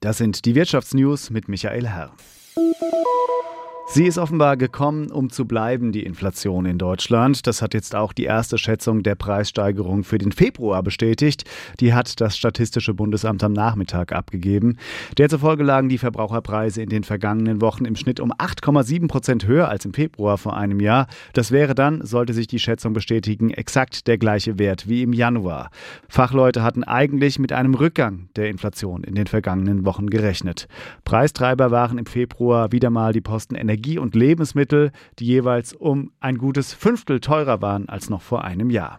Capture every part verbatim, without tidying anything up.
Das sind die Wirtschaftsnews mit Michael Herr. Sie ist offenbar gekommen, um zu bleiben, die Inflation in Deutschland. Das hat jetzt auch die erste Schätzung der Preissteigerung für den Februar bestätigt. Die hat das Statistische Bundesamt am Nachmittag abgegeben. Der zufolge lagen die Verbraucherpreise in den vergangenen Wochen im Schnitt um acht Komma sieben Prozent höher als im Februar vor einem Jahr. Das wäre dann, sollte sich die Schätzung bestätigen, exakt der gleiche Wert wie im Januar. Fachleute hatten eigentlich mit einem Rückgang der Inflation in den vergangenen Wochen gerechnet. Preistreiber waren im Februar wieder mal die Posten Energie und Lebensmittel, die jeweils um ein gutes Fünftel teurer waren als noch vor einem Jahr.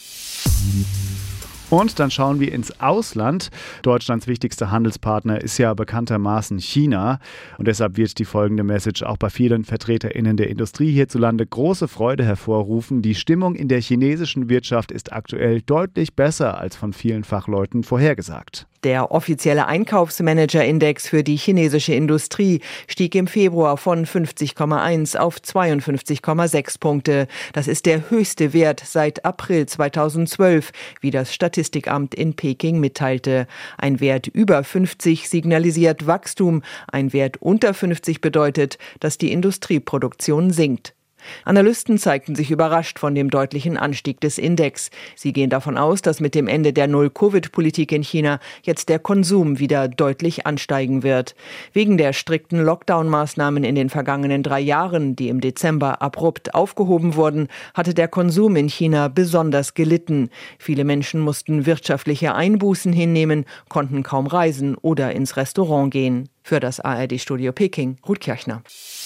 Und dann schauen wir ins Ausland. Deutschlands wichtigster Handelspartner ist ja bekanntermaßen China. Und deshalb wird die folgende Message auch bei vielen VertreterInnen der Industrie hierzulande große Freude hervorrufen. Die Stimmung in der chinesischen Wirtschaft ist aktuell deutlich besser als von vielen Fachleuten vorhergesagt. Der offizielle Einkaufsmanager-Index für die chinesische Industrie stieg im Februar von fünfzig Komma eins auf zweiundfünfzig Komma sechs Punkte. Das ist der höchste Wert seit April zweitausendzwölf, wie das Statistikamt in Peking mitteilte. Ein Wert über fünfzig signalisiert Wachstum. Ein Wert unter fünfzig bedeutet, dass die Industrieproduktion sinkt. Analysten zeigten sich überrascht von dem deutlichen Anstieg des Index. Sie gehen davon aus, dass mit dem Ende der Null-Covid-Politik in China jetzt der Konsum wieder deutlich ansteigen wird. Wegen der strikten Lockdown-Maßnahmen in den vergangenen drei Jahren, die im Dezember abrupt aufgehoben wurden, hatte der Konsum in China besonders gelitten. Viele Menschen mussten wirtschaftliche Einbußen hinnehmen, konnten kaum reisen oder ins Restaurant gehen. Für das A R D-Studio Peking, Ruth Kirchner.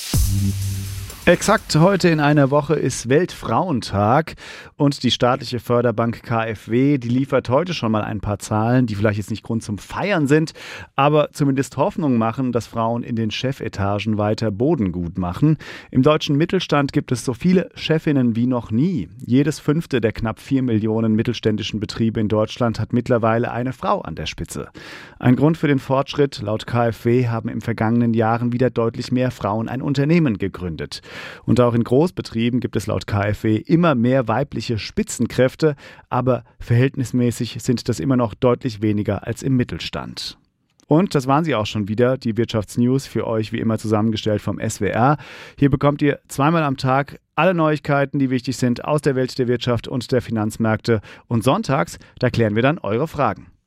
Exakt heute in einer Woche ist Weltfrauentag und die staatliche Förderbank K f W, die liefert heute schon mal ein paar Zahlen, die vielleicht jetzt nicht Grund zum Feiern sind, aber zumindest Hoffnung machen, dass Frauen in den Chefetagen weiter Boden gut machen. Im deutschen Mittelstand gibt es so viele Chefinnen wie noch nie. Jedes fünfte der knapp vier Millionen mittelständischen Betriebe in Deutschland hat mittlerweile eine Frau an der Spitze. Ein Grund für den Fortschritt: laut K f W haben im vergangenen Jahren wieder deutlich mehr Frauen ein Unternehmen gegründet. Und auch in Großbetrieben gibt es laut K f W immer mehr weibliche Spitzenkräfte, aber verhältnismäßig sind das immer noch deutlich weniger als im Mittelstand. Und das waren sie auch schon wieder, die Wirtschaftsnews, für euch wie immer zusammengestellt vom S W R. Hier bekommt ihr zweimal am Tag alle Neuigkeiten, die wichtig sind aus der Welt der Wirtschaft und der Finanzmärkte. Und sonntags, da klären wir dann eure Fragen.